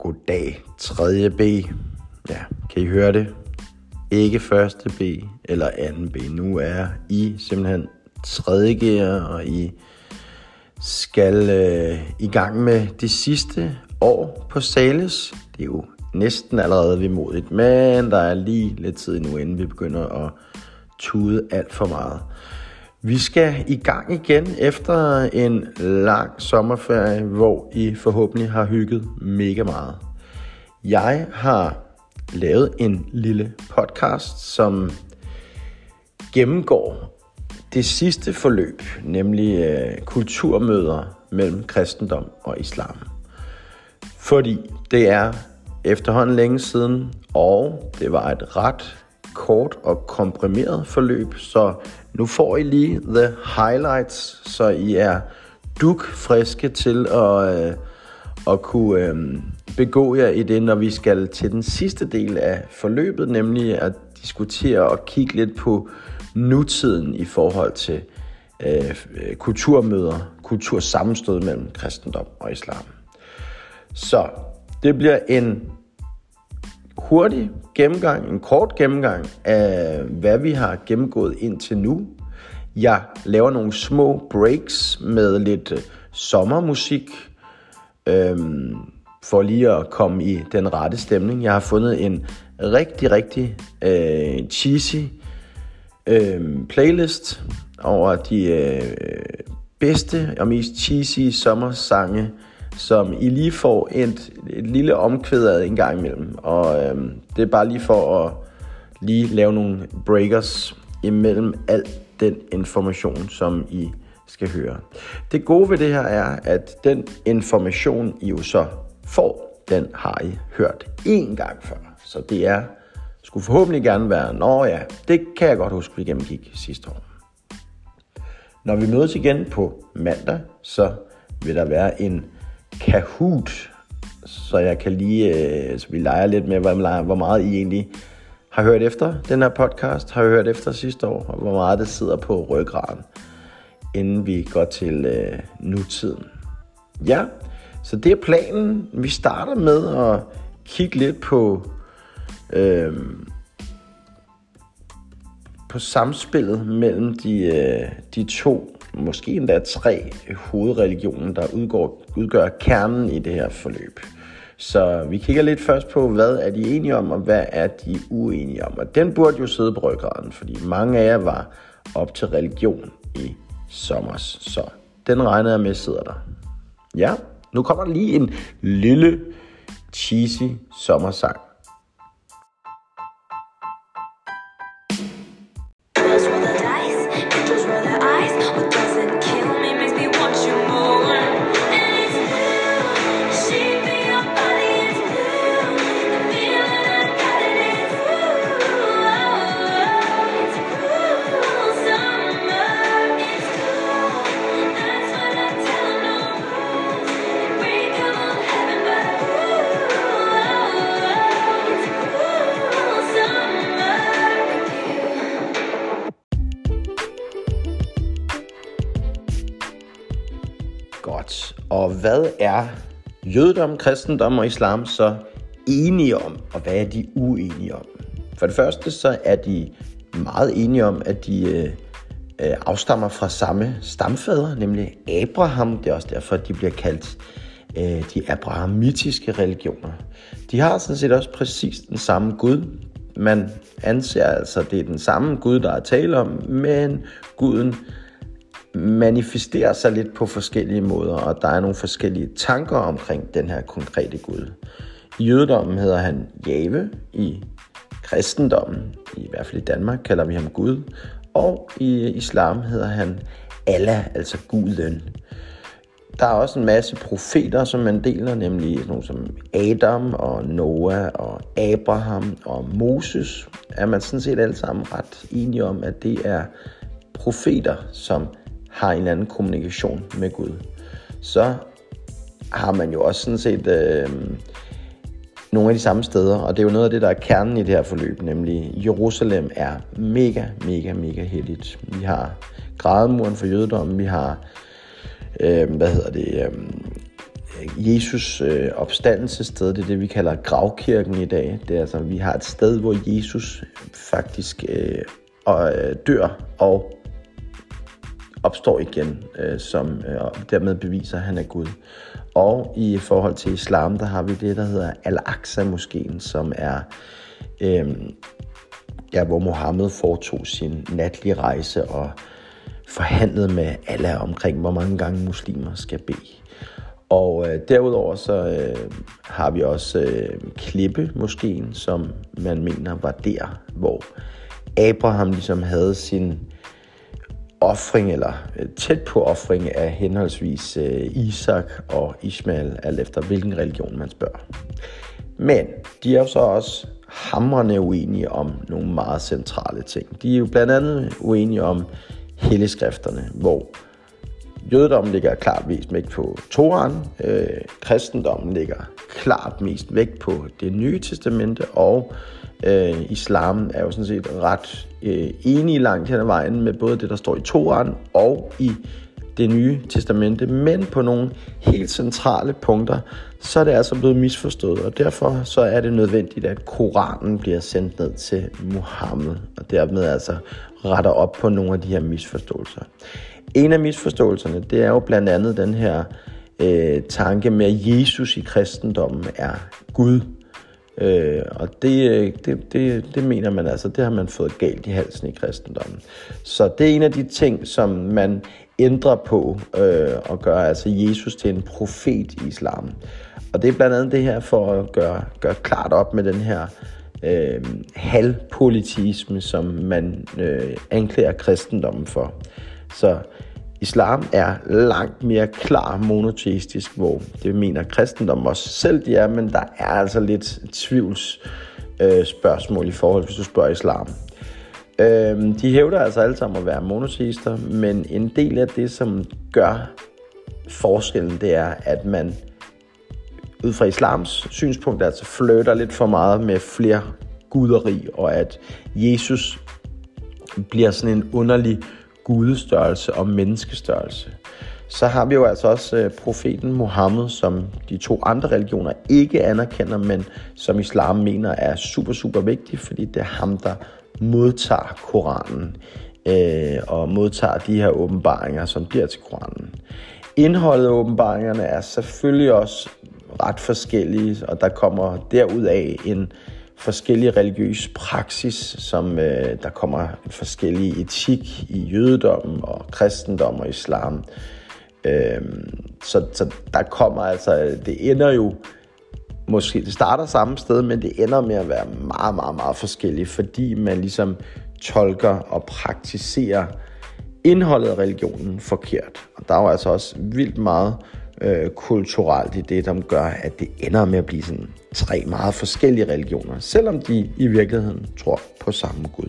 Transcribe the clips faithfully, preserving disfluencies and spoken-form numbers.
Goddag, tredje B. Ja, kan I høre det? Ikke første B eller anden B. Nu er I simpelthen tredje G'er, og I skal øh, i gang med det sidste år på Zahles. Det er jo næsten allerede vemodigt, men der er lige lidt tid nu, inden vi begynder at tude alt for meget. Vi skal i gang igen efter en lang sommerferie, hvor I forhåbentlig har hygget mega meget. Jeg har lavet en lille podcast, som gennemgår det sidste forløb, nemlig øh, kulturmøder mellem kristendom og islam. Fordi det er efterhånden længe siden, og det var et ret kort og komprimeret forløb, så nu får I lige the highlights, så I er dugfriske til at, øh, at kunne øh, begå jer i det, når vi skal til den sidste del af forløbet, nemlig at diskutere og kigge lidt på nutiden i forhold til øh, kulturmøder, kultursammenstød mellem kristendom og islam. Så det bliver en hurtig gennemgang, en kort gennemgang af, hvad vi har gennemgået indtil nu. Jeg laver nogle små breaks med lidt sommermusik, øhm, for lige at komme i den rette stemning. Jeg har fundet en rigtig, rigtig øh, cheesy øh, playlist over de øh, bedste og mest cheesy sommersange, som I lige får et, et lille omkvæd af en gang imellem. Og øhm, det er bare lige for at lige lave nogle breakers imellem al den information, som I skal høre. Det gode ved det her er, at den information, I jo så får, den har I hørt én gang før. Så det er, skulle forhåbentlig gerne være, nå ja, det kan jeg godt huske, vi gennemgik sidste år. Når vi mødes igen på mandag, så vil der være en Kahoot, så jeg kan lige, øh, så vi leger lidt med, hvor meget I egentlig har hørt efter den her podcast, har hørt efter sidste år, og hvor meget det sidder på ryggraden, inden vi går til øh, nutiden. Ja, så det er planen. Vi starter med at kigge lidt på, øh, på samspillet mellem de, øh, de to, måske endda tre hovedreligioner, der udgår, udgør kernen i det her forløb. Så vi kigger lidt først på, hvad er de enige om, og hvad er de uenige om. Og den burde jo sidde på ryggraden, fordi mange af jer var op til religion i sommers. Så den regner jeg med sidder der. Ja, nu kommer der lige en lille cheesy sommersang. Godt. Og hvad er jødedom, kristendom og islam så enige om, og hvad er de uenige om? For det første så er de meget enige om, at de øh, afstammer fra samme stamfader, nemlig Abraham. Det er også derfor, at de bliver kaldt øh, de abrahamitiske religioner. De har sådan set også præcis den samme Gud. Man anser altså, at det er den samme Gud, der er tale om, men guden manifesterer sig lidt på forskellige måder, og der er nogle forskellige tanker omkring den her konkrete Gud. I jødedommen hedder han Jave, i kristendommen, i hvert fald i Danmark, kalder vi ham Gud, og i islam hedder han Allah, altså Guden. Der er også en masse profeter, som man deler, nemlig nogle som Adam og Noah og Abraham og Moses, er man sådan set alle sammen ret enige om, at det er profeter, som har en anden kommunikation med Gud. Så har man jo også sådan set øh, nogle af de samme steder, og det er jo noget af det, der er kernen i det her forløb, nemlig Jerusalem er mega, mega, mega helligt. Vi har grædemuren for jødedommen, vi har, øh, hvad hedder det, øh, Jesus øh, opstandelsessted. Det er det, vi kalder gravkirken i dag. Det er altså, vi har et sted, hvor Jesus faktisk øh, og, øh, dør og opstår igen, øh, som øh, og dermed beviser, at han er Gud. Og i forhold til islam, der har vi det, der hedder Al-Aqsa-moskeen, som er, øh, ja, hvor Mohammed foretog sin natlige rejse og forhandlede med Allah omkring, hvor mange gange muslimer skal bede. Og øh, derudover så øh, har vi også øh, Klippe-moskeen, som man mener var der, hvor Abraham ligesom havde sin offring, eller øh, tæt på offring af henholdsvis øh, Isak og Ismail, alt efter hvilken religion man spørger. Men de er jo så også hamrende uenige om nogle meget centrale ting. De er jo blandt andet uenige om helligskrifterne, hvor jødedommen ligger klart mest vægt på Toraen, øh, kristendommen ligger klart mest vægt på det nye testamente, og øh, islam er jo sådan set ret øh, enige langt hen ad vejen med både det, der står i Toraen og i det nye testamente, men på nogle helt centrale punkter, så er det altså blevet misforstået, og derfor så er det nødvendigt, at Koranen bliver sendt ned til Muhammed, og dermed altså retter op på nogle af de her misforståelser. En af misforståelserne, det er jo blandt andet den her øh, tanke med, at Jesus i kristendommen er Gud. Øh, og det, det, det, det mener man altså, det har man fået galt i halsen i kristendommen. Så det er en af de ting, som man ændrer på øh, og gør altså Jesus til en profet i islam. Og det er blandt andet det her for at gøre, gøre klart op med den her øh, halvpolitisme, som man øh, anklager kristendommen for. Så islam er langt mere klar monoteistisk, hvor det mener kristendommen også selv de er, men der er altså lidt tvivls øh, spørgsmål i forhold, hvis du spørger islam. Øh, de hævder altså alle sammen at være monoteister, men en del af det, som gør forskellen, det er, at man ud fra islams synspunkt altså flytter lidt for meget med flere guderi, og at Jesus bliver sådan en underlig gudestørrelse og menneskestørrelse. Så har vi jo altså også profeten Muhammed, som de to andre religioner ikke anerkender, men som islam mener er super, super vigtig, fordi det er ham, der modtager Koranen øh, og modtager de her åbenbaringer, som bliver til Koranen. Indholdet af åbenbaringerne er selvfølgelig også ret forskellige, og der kommer derudaf en forskellige religiøs praksis, som øh, der kommer forskellige etik i jødedommen og kristendom og islam. Øhm, så, så der kommer altså, det ender jo, måske det starter samme sted, men det ender med at være meget, meget, meget forskelligt, fordi man ligesom tolker og praktiserer indholdet af religionen forkert. Og der er jo altså også vildt meget øh, kulturelt i det, der gør, at det ender med at blive sådan tre meget forskellige religioner, selvom de i virkeligheden tror på samme Gud.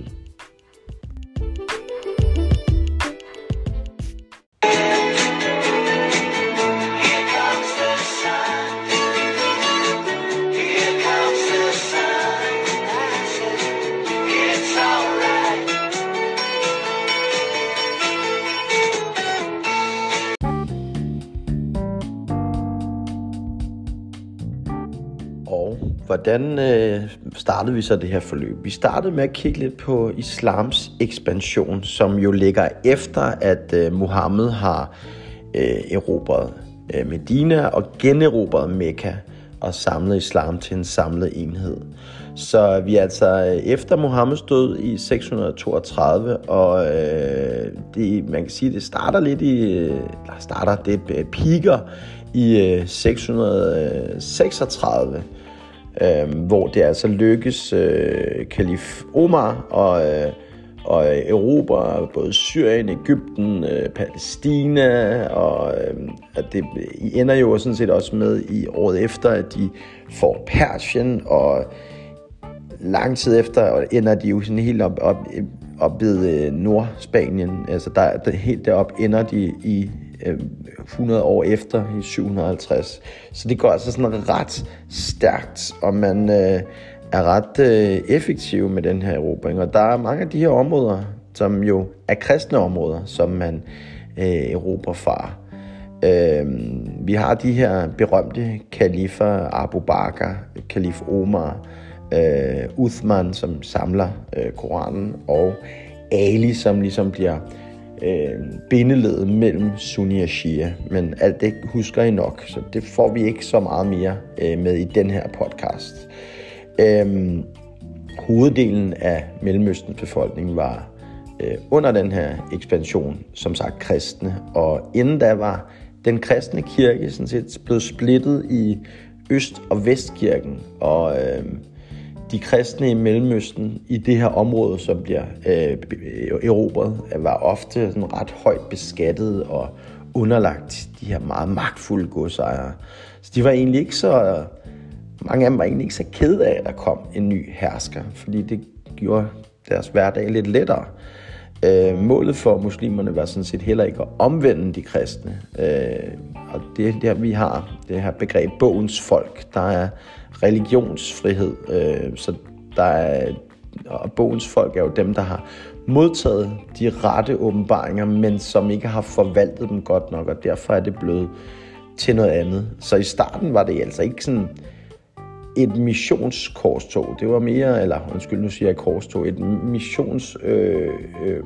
Og hvordan øh, startede vi så det her forløb? Vi startede med at kigge lidt på islams ekspansion, som jo ligger efter, at øh, Muhammed har øh, erobret øh, Medina og generobret Mekka og samlet islam til en samlet enhed. Så vi er altså efter Muhammeds død i seks hundrede toogtredive, og øh, det, man kan sige, det starter lidt i, eller starter, det piker i øh, seks hundrede seksogtredive, øh, hvor det altså lykkes øh, kalif Omar og, øh, og erobre både Syrien, Egypten, øh, Palæstina, og øh, at det ender jo sådan set også med i året efter, at de får Persien, og lang tid efter ender de jo sådan helt op, op, op ved Nordspanien. Altså der, der, helt derop ender de i øh, hundrede år efter, i syv hundrede og halvtreds. Så det går altså sådan ret stærkt, og man øh, er ret øh, effektiv med den her erobring. Og der er mange af de her områder, som jo er kristne områder, som man øh, erobrer fra. Øh, vi har de her berømte kalifer, Abu Bakr, kalif Omar, øh, Uthman, som samler øh, Koranen, og Ali, som ligesom bliver øh, bindeledet mellem Sunni og Shia. Men alt det husker I nok, så det får vi ikke så meget mere øh, med i den her podcast. Øh, hoveddelen af Mellemøstens befolkning var øh, under den her ekspansion, som sagt kristne, og inden da var den kristne kirke sådan set blevet splittet i Øst- og Vestkirken, og øh, de kristne i Mellemøsten i det her område, som bliver øh, erobret, var ofte sådan ret højt beskattet og underlagt de her meget magtfulde godsejere. Så de var egentlig ikke så, mange af dem var egentlig ikke så kede af, at der kom en ny hersker, fordi det gjorde deres hverdag lidt lettere. Øh, målet for muslimerne var sådan set heller ikke at omvende de kristne. Øh, og det er der, vi har det her begreb bogens folk. Der er religionsfrihed, øh, så der er, og bogens folk er jo dem, der har modtaget de rette åbenbaringer, men som ikke har forvaltet dem godt nok, og derfor er det blevet til noget andet. Så i starten var det altså ikke sådan et missionskorstog. Det var mere, eller undskyld, nu siger jeg korstog, et missionstogt. Øh, øh,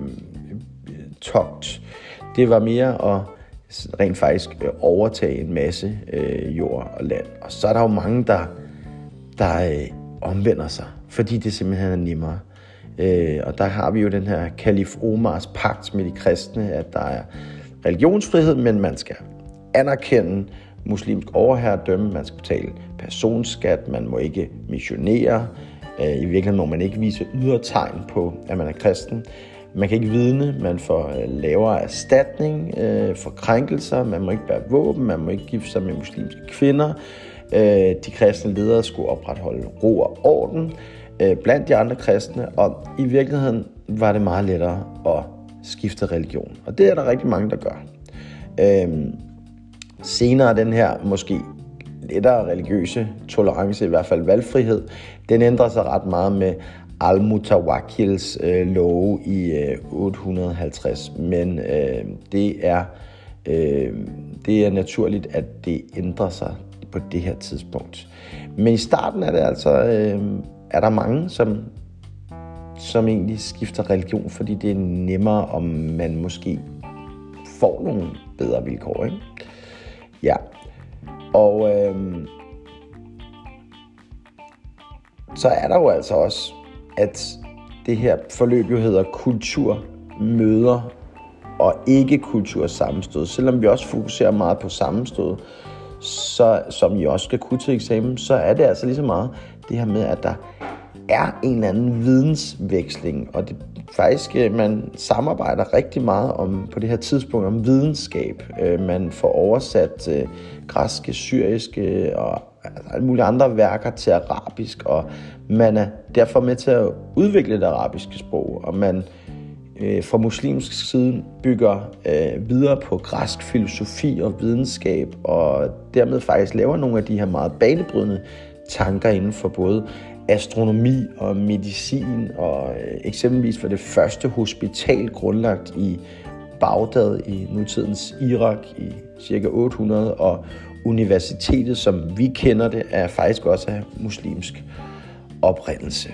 togt. Det var mere at rent faktisk overtage en masse øh, jord og land. Og så er der jo mange, der, der øh, omvender sig, fordi det simpelthen er nemmere. Øh, og der har vi jo den her kalif Omars pagt med de kristne, at der er religionsfrihed, men man skal anerkende muslimsk overherredømme, man skal betale personskat, man må ikke missionere, øh, i virkeligheden må man ikke vise ydre tegn på, at man er kristen. Man kan ikke vidne, man får lavere erstatning øh, for krænkelser, man må ikke bære våben, man må ikke gifte sig med muslimske kvinder. Øh, de kristne ledere skulle opretholde ro og orden øh, blandt de andre kristne, og i virkeligheden var det meget lettere at skifte religion. Og det er der rigtig mange, der gør. Øh, senere den her måske lettere religiøse tolerance, i hvert fald valgfrihed, den ændrer sig ret meget med Al-Mutawakkils øh, love i øh, otte hundrede og halvtreds, men øh, det er øh, det er naturligt, at det ændrer sig på det her tidspunkt. Men i starten er det altså øh, er der mange, som som egentlig skifter religion, fordi det er nemmere, om man måske får nogle bedre vilkår, ikke? Ja. Og øh, så er der jo altså også, at det her forløb jo hedder kulturmøder og ikke kultursammenstød. Selvom vi også fokuserer meget på sammenstød, så, som I også skal kunne til eksamen, så er det altså lige så meget det her med, at der er en eller anden vidensveksling. Og det faktisk, man samarbejder rigtig meget om på det her tidspunkt om videnskab. Man får oversat øh, græske, syriske og alle mulige andre værker til arabisk, og man er derfor med til at udvikle det arabiske sprog, og man øh, fra muslimsk side bygger øh, videre på græsk filosofi og videnskab, og dermed faktisk laver nogle af de her meget banebrydende tanker inden for både astronomi og medicin, og øh, eksempelvis var det første hospital grundlagt i Bagdad i nutidens Irak i cirka otte hundrede, og universitetet, som vi kender det, er faktisk også af muslimsk oprindelse.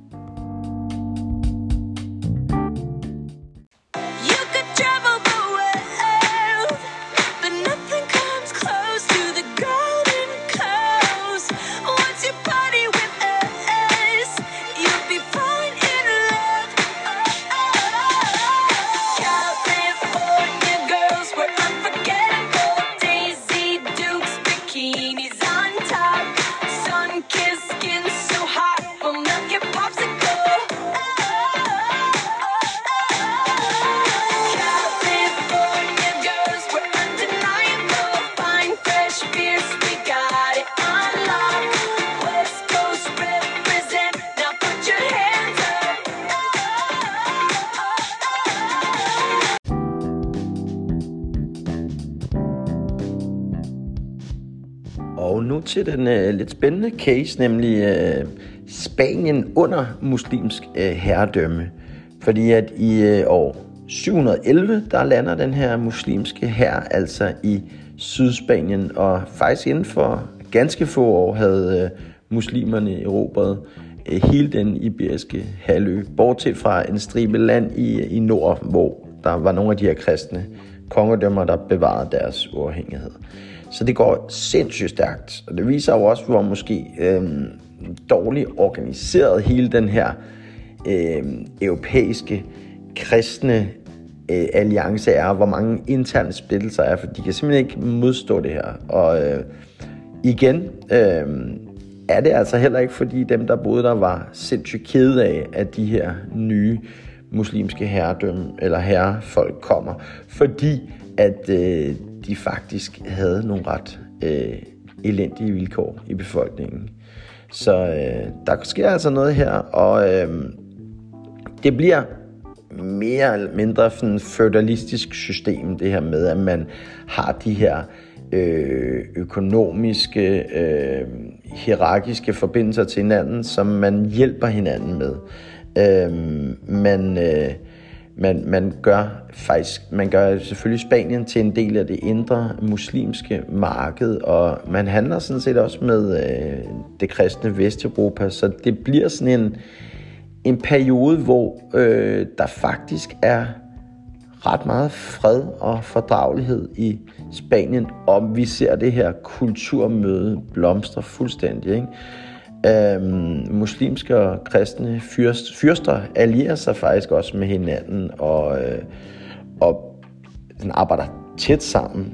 Og nu til den øh, lidt spændende case, nemlig øh, Spanien under muslimsk øh, herredømme. Fordi at i øh, år syv hundrede og elleve, der lander den her muslimske hær altså i Sydspanien, og faktisk inden for ganske få år havde øh, muslimerne erobret øh, hele den iberiske halvø, bortset fra en stribe land i, i nord, hvor der var nogle af de her kristne kongedømmer, der bevarede deres uafhængighed. Så det går sindssygt stærkt, og det viser jo også, hvor måske øh, dårligt organiseret hele den her øh, europæiske kristne øh, alliance er, hvor mange interne splittelser er, for de kan simpelthen ikke modstå det her. Og øh, igen øh, er det altså heller ikke, fordi dem, der boede der, var sindssygt kede af, at de her nye muslimske herredømme eller herrefolk kommer, fordi at øh, de faktisk havde nogle ret øh, elendige vilkår i befolkningen. Så øh, der sker altså noget her, og øh, det bliver mere eller mindre sådan et feudalistisk system, det her med, at man har de her øh, økonomiske, øh, hierarkiske forbindelser til hinanden, som man hjælper hinanden med. Øh, man, øh, man, man gør faktisk, man gør selvfølgelig Spanien til en del af det indre muslimske marked, og man handler sådan set også med øh, det kristne Vesteuropa, så det bliver sådan en, en periode, hvor øh, der faktisk er ret meget fred og fordragelighed i Spanien, og vi ser det her kulturmøde blomstre fuldstændig, ikke? Øhm, muslimske og kristne fyrst, fyrster allierer sig faktisk også med hinanden og, øh, og den arbejder tæt sammen.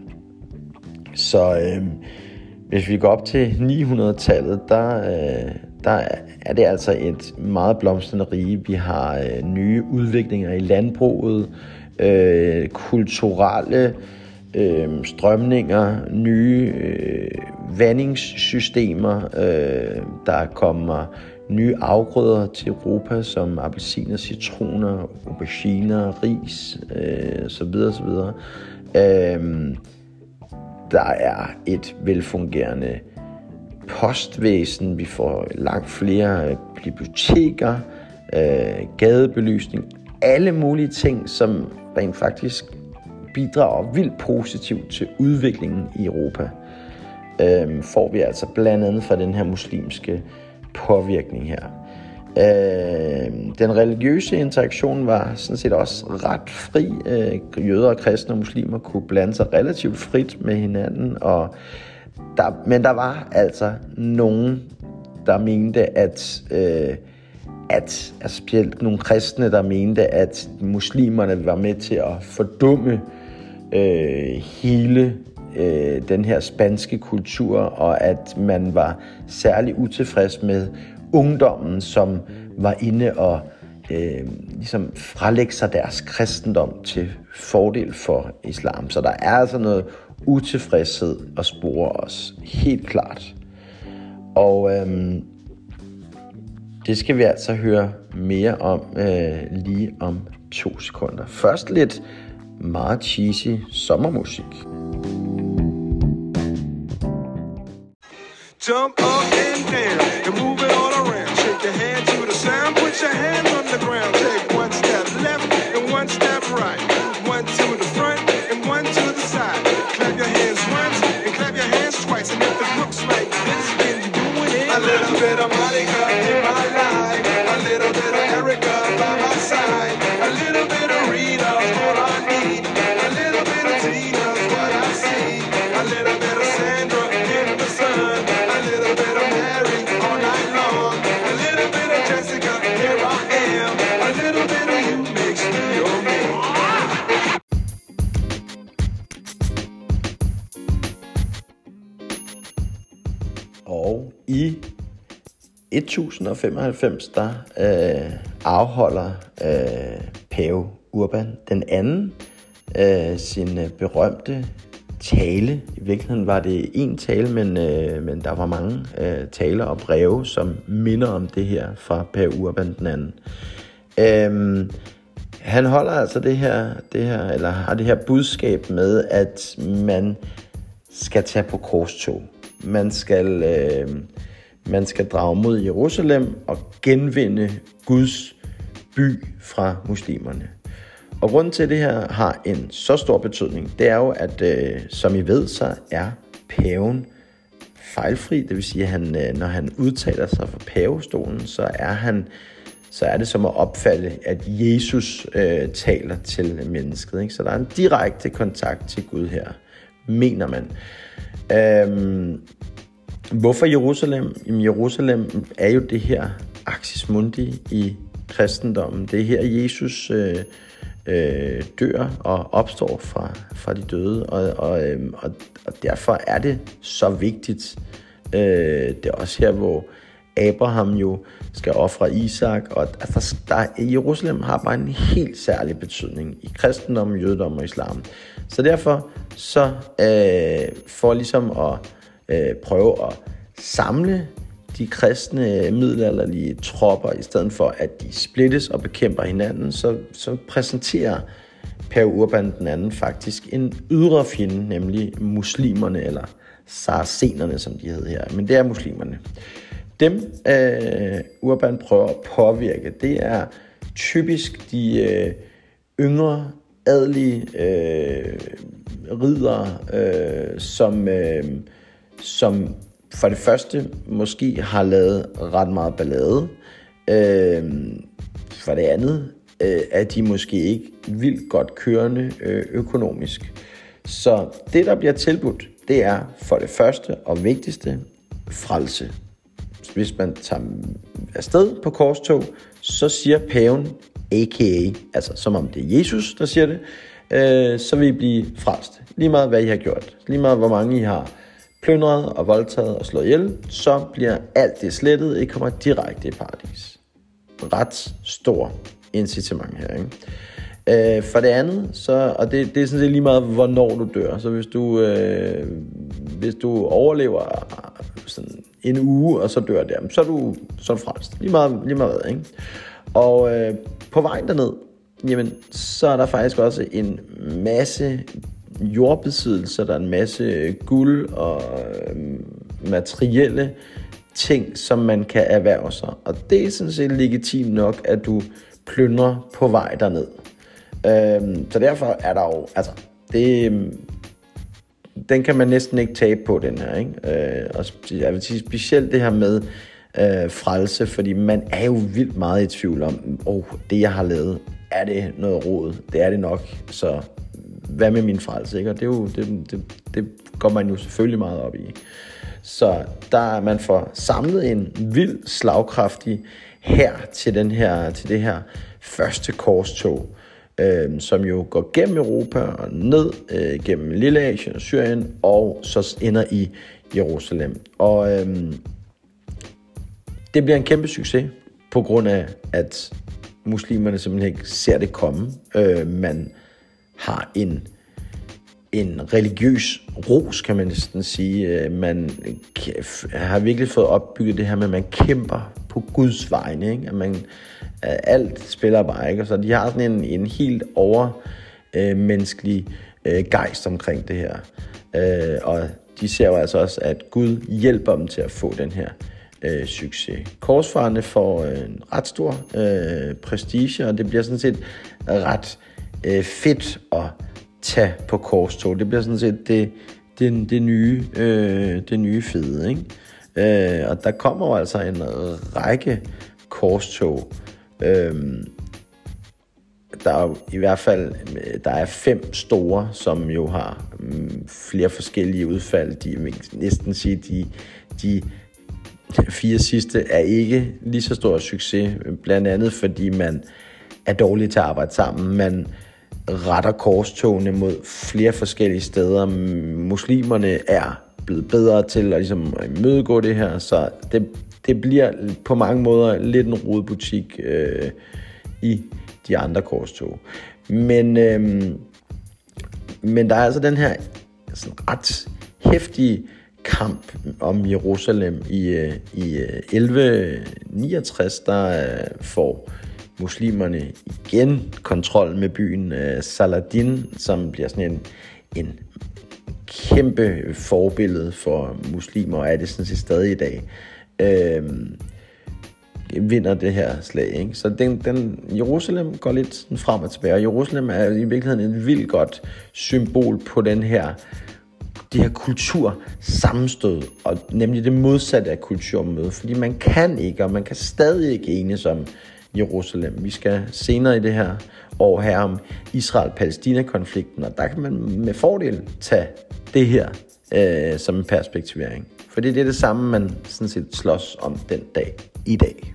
Så øh, hvis vi går op til ni hundrede-tallet, der, øh, der er det altså et meget blomstrende rige. Vi har øh, nye udviklinger i landbruget, øh, kulturelle øh, strømninger, nye øh, vandingssystemer, øh, der kommer nye afgrøder til Europa, som appelsiner, citroner, auberginer, ris, øh, så videre, så videre. Øh, der er et velfungerende postvæsen, vi får langt flere biblioteker, øh, gadebelysning, alle mulige ting, som rent faktisk bidrager vildt positivt til udviklingen i Europa. Øhm, får vi altså blandt andet fra den her muslimske påvirkning her. Øhm, den religiøse interaktion var sådan set også ret fri. Øh, jøder og kristne og muslimer kunne blande sig relativt frit med hinanden, og der, men der var altså nogen, der mente, at, øh, at altså specielt nogle kristne, der mente, at muslimerne var med til at fordumme øh, hele øh, den her spanske kultur, og at man var særlig utilfreds med ungdommen, som var inde og øh, ligesom frelægge sig deres kristendom til fordel for islam. Så der er altså noget utilfredshed at spore os, helt klart. Og øhm, det skal vi altså høre mere om øh, lige om to sekunder. Først lidt meget cheesy sommermusik. Jump up and down and move it all around. Shake your hand to the sound, put your hands on the ground. Take one step left and one step right. One to the front and one to the side. Clap your hands once and clap your hands twice. And if it looks like this, then you're doing it. A little bit of Monica in my life, a little bit of Erica by my side, a little bit of Rita's all I need, a little bit of Tina's what I see, a little bit of Sandra in the sun, a little bit of Mary all night long, a little bit of Jessica, here I am, a little bit of you makes me your man. Og i tusind femoghalvfems, der øh, afholder øh, pave Urban den anden øh, sin øh, berømte tale. I virkeligheden var det en tale, men, øh, men der var mange øh, taler og breve, som minder om det her fra pave Urban den anden. Øh, han holder altså det her, det her, eller har det her budskab med, at man skal tage på korstog. Man skal, øh, man skal drage mod Jerusalem og genvinde Guds by fra muslimerne. Og grunden til, at det her har en så stor betydning, det er jo, at øh, som I ved, så er paven fejlfri. Det vil sige, at han, øh, når han udtaler sig fra pavestolen, så er, han, så er det som at opfatte, at Jesus øh, taler til mennesket. Ikke? Så der er en direkte kontakt til Gud her, mener man. Øhm, hvorfor Jerusalem? Jamen, Jerusalem er jo det her axis mundi i kristendommen. Det er her, Jesus øh, øh, dør og opstår fra, fra de døde, og, og, øh, og, og derfor er det så vigtigt. Øh, det er også her, hvor Abraham jo skal ofre Isak, og altså, der, Jerusalem har bare en helt særlig betydning i kristendommen, jødedommen og islam. Så derfor, så øh, for ligesom at øh, prøve at samle de kristne middelalderlige tropper, i stedet for at de splittes og bekæmper hinanden, så, så præsenterer Pave Urban den anden faktisk en ydre fjende, nemlig muslimerne, eller saracenerne, som de hedder her. Men det er muslimerne. Dem, øh, Urban prøver at påvirke, det er typisk de øh, yngre, adelige øh, riddere, øh, som, øh, som for det første måske har lavet ret meget ballade. Øh, for det andet øh, er de måske ikke vildt godt kørende øh, økonomisk. Så det, der bliver tilbudt, det er for det første og vigtigste frelse. Hvis man tager afsted på korstog, så siger paven, a k a, altså som om det er Jesus, der siger det, øh, så vil I blive frelst. Lige meget hvad I har gjort, lige meget hvor mange I har plyndret og voldtaget og slået ihjel, så bliver alt det slettet, I kommer direkte i paradis. Ret stor incitament her, ikke? Øh, for det andet, så, og det, det er sådan set lige meget, hvornår du dør. Så hvis du, øh, hvis du overlever sådan en uge, og så dør der, så er du, så er du frelst. Lige meget, lige meget hvad, ikke? Og øh, på vejen derned, jamen, så er der faktisk også en masse jordbesiddelser, der er en masse guld og øh, materielle ting, som man kan erhverve sig. Og det er sådan set legitimt nok, at du plyndrer på vej derned. Øhm, så derfor er der jo, altså, det, den kan man næsten ikke tabe på, den her, ikke? Øh, og jeg vil sige specielt det her med øh, frelse, fordi man er jo vildt meget i tvivl om, åh, oh, det jeg har lavet, er det noget rod? Det er det nok, så hvad med min frelse, ikke? Og det, er jo, det, det, det går man jo selvfølgelig meget op i. Så der er man får samlet en vild slagkraftig hær til, den her, til det her første korstog, øh, som jo går gennem Europa og ned øh, gennem Lilleasien og Syrien, og så ender i Jerusalem. Og øh, det bliver en kæmpe succes, på grund af, at muslimerne simpelthen ikke ser det komme. Øh, man har en, en religiøs ros, kan man næsten sige. Man har virkelig fået opbygget det her med, at man kæmper på Guds vegne, ikke? At man, alt spiller bare, ikke? Og så de har sådan en, en helt overmenneskelig øh, gejst omkring det her. Øh, og de ser jo altså også, at Gud hjælper dem til at få den her øh, succes. Korsfarerne får øh, en ret stor øh, prestige, og det bliver sådan set ret øh, fedt at tage på korstog. Det bliver sådan set det, det, det, nye, øh, det nye fede, ikke? Øh, og der kommer jo altså en række korstog. Øh, der er jo i hvert fald der er fem store, som jo har mm, flere forskellige udfald. De vil næsten sige, de, de fire sidste er ikke lige så stor succes, blandt andet fordi man er dårlig til at arbejde sammen. Man retter korstogene mod flere forskellige steder. Muslimerne er blevet bedre til at ligesom imødegå det her, så det, det bliver på mange måder lidt en rodebutik øh, i de andre korstog. Men, øh, men der er altså den her sådan ret heftige kamp om Jerusalem i, i elleve niogtres, der får muslimerne igen kontrol med byen. Saladin, som bliver sådan en, en kæmpe forbillede for muslimer, og er det sådan set stadig i dag. Øhm, vinder det her slag, ikke? Så den, den, Jerusalem går lidt sådan frem og tilbage, og Jerusalem er i virkeligheden et vildt godt symbol på den her, det her kultursammenstød, og nemlig det modsatte af kulturmøde, fordi man kan ikke, og man kan stadig ikke enes om Jerusalem. Vi skal senere i det her år her om Israel-Palæstina-konflikten, og der kan man med fordel tage det her øh, som en perspektivering. For det er det samme, man sådan set slås om den dag i dag.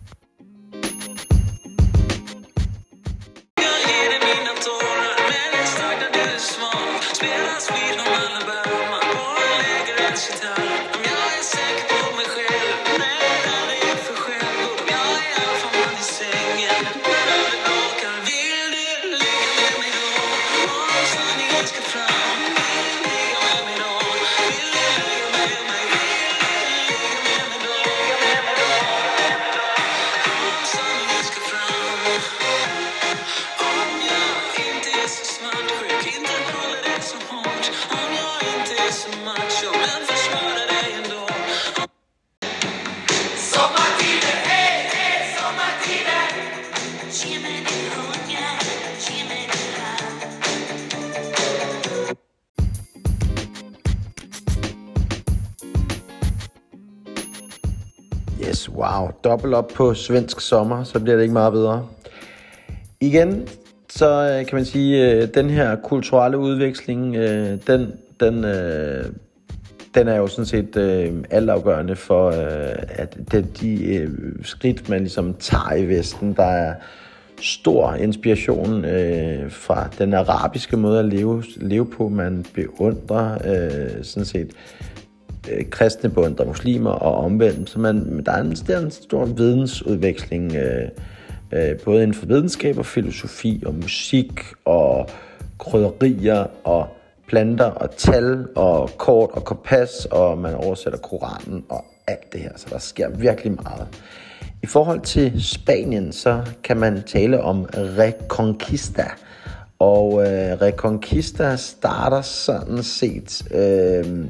Yes, wow. Dobbelt op på svensk sommer, så bliver det ikke meget bedre. Igen, så kan man sige, at den her kulturelle udveksling, den, den, den er jo sådan set altafgørende for, at de skridt, man ligesom tager i Vesten, der er stor inspiration fra den arabiske måde at leve, leve på. Man beundrer sådan set kristne beundrer muslimer og omvendt, så man, der, er en, der er en stor vidensudveksling, øh, øh, både inden for videnskab og filosofi og musik og krydderier og planter og tal og kort og kompas, og man oversætter Koranen og alt det her, så der sker virkelig meget. I forhold til Spanien, så kan man tale om Reconquista, og øh, Reconquista starter sådan set øh,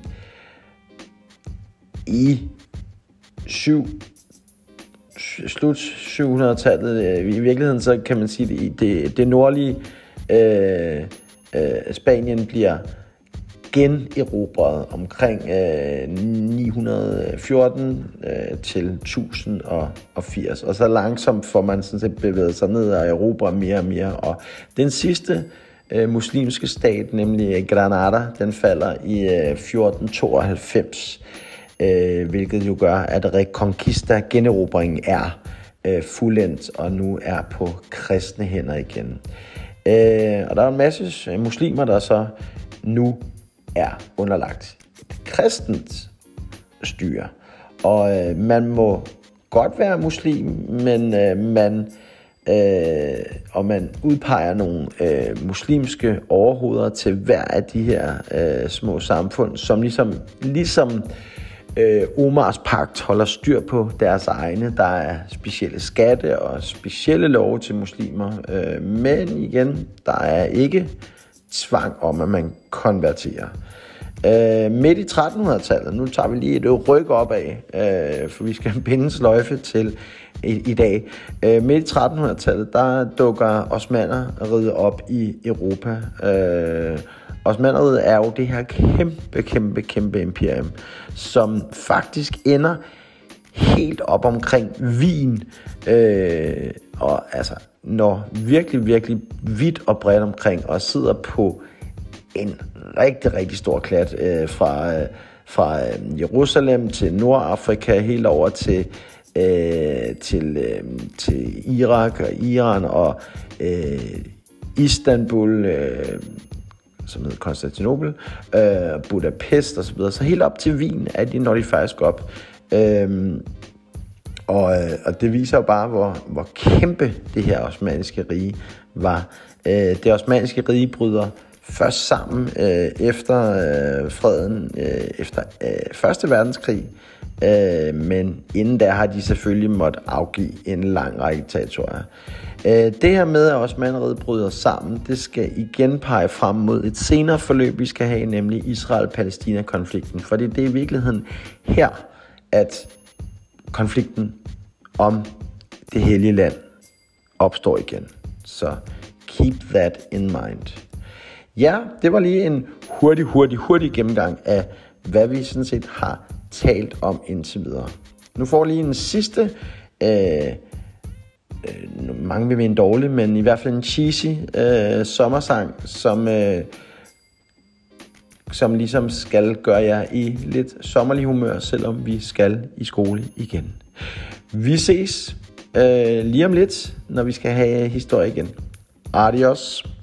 i syv, slut syv hundrede-tallet. I virkeligheden så kan man sige, at det, det nordlige øh, øh, Spanien bliver generobret omkring øh, ni hundrede og fjorten øh, til tusind og firs, og så langsomt får man sådan set bevæget sig ned og erobre mere og mere, og den sidste øh, muslimske stat, nemlig Granada, den falder i øh, fjorten tooghalvfems, øh, hvilket jo gør, at Reconquista, generobringen, er øh, fuldendt og nu er på kristne hænder igen. Øh, og der er en masse muslimer, der så nu er underlagt et kristent styre. Og øh, man må godt være muslim, men øh, man øh, og man udpeger nogle øh, muslimske overhoveder til hver af de her øh, små samfund, som ligesom ligesom øh, Omars pagt holder styr på deres egne. Der er specielle skatte og specielle love til muslimer, øh, men igen, der er ikke tvang om, at man konverterer. Øh, midt i trettenhundredetallet, nu tager vi lige et ryk op af, øh, for vi skal binde sløjfe til i, i dag. Øh, midt i trettenhundredetallet, der dukker osmannerriget op i Europa. Øh, Osmannerriget er jo det her kæmpe, kæmpe, kæmpe imperium, som faktisk ender helt op omkring Wien, øh, og altså når virkelig, virkelig vidt og bredt omkring, og sidder på en rigtig, rigtig stor klat øh, fra, øh, fra øh, Jerusalem til Nordafrika, helt over til, øh, til, øh, til Irak og Iran og øh, Istanbul, øh, som hedder Konstantinopel, øh, Budapest og så videre. Så helt op til Wien er de, når de faktisk op. Øh, Og, og det viser jo bare, hvor, hvor kæmpe det her osmanniske rige var. Øh, det osmanniske rige bryder først sammen øh, efter øh, freden, øh, efter øh, første verdenskrig, øh, men inden da har de selvfølgelig måttet afgive en lang række territorier. Øh, det her med, at osmanneriget bryder sammen, det skal igen pege frem mod et senere forløb, vi skal have, nemlig Israel-Palæstina-konflikten. Fordi det er i virkeligheden her, at konflikten om det hellige land opstår igen. Så keep that in mind. Ja, det var lige en hurtig, hurtig, hurtig gennemgang af, hvad vi sådan set har talt om indtil videre. Nu får lige en sidste, øh, øh, mange vil mene dårlig, men i hvert fald en cheesy øh, sommersang, som, øh, som ligesom skal gøre jer i lidt sommerlig humør, selvom vi skal i skole igen. Vi ses øh, lige om lidt, når vi skal have historie igen. Adios.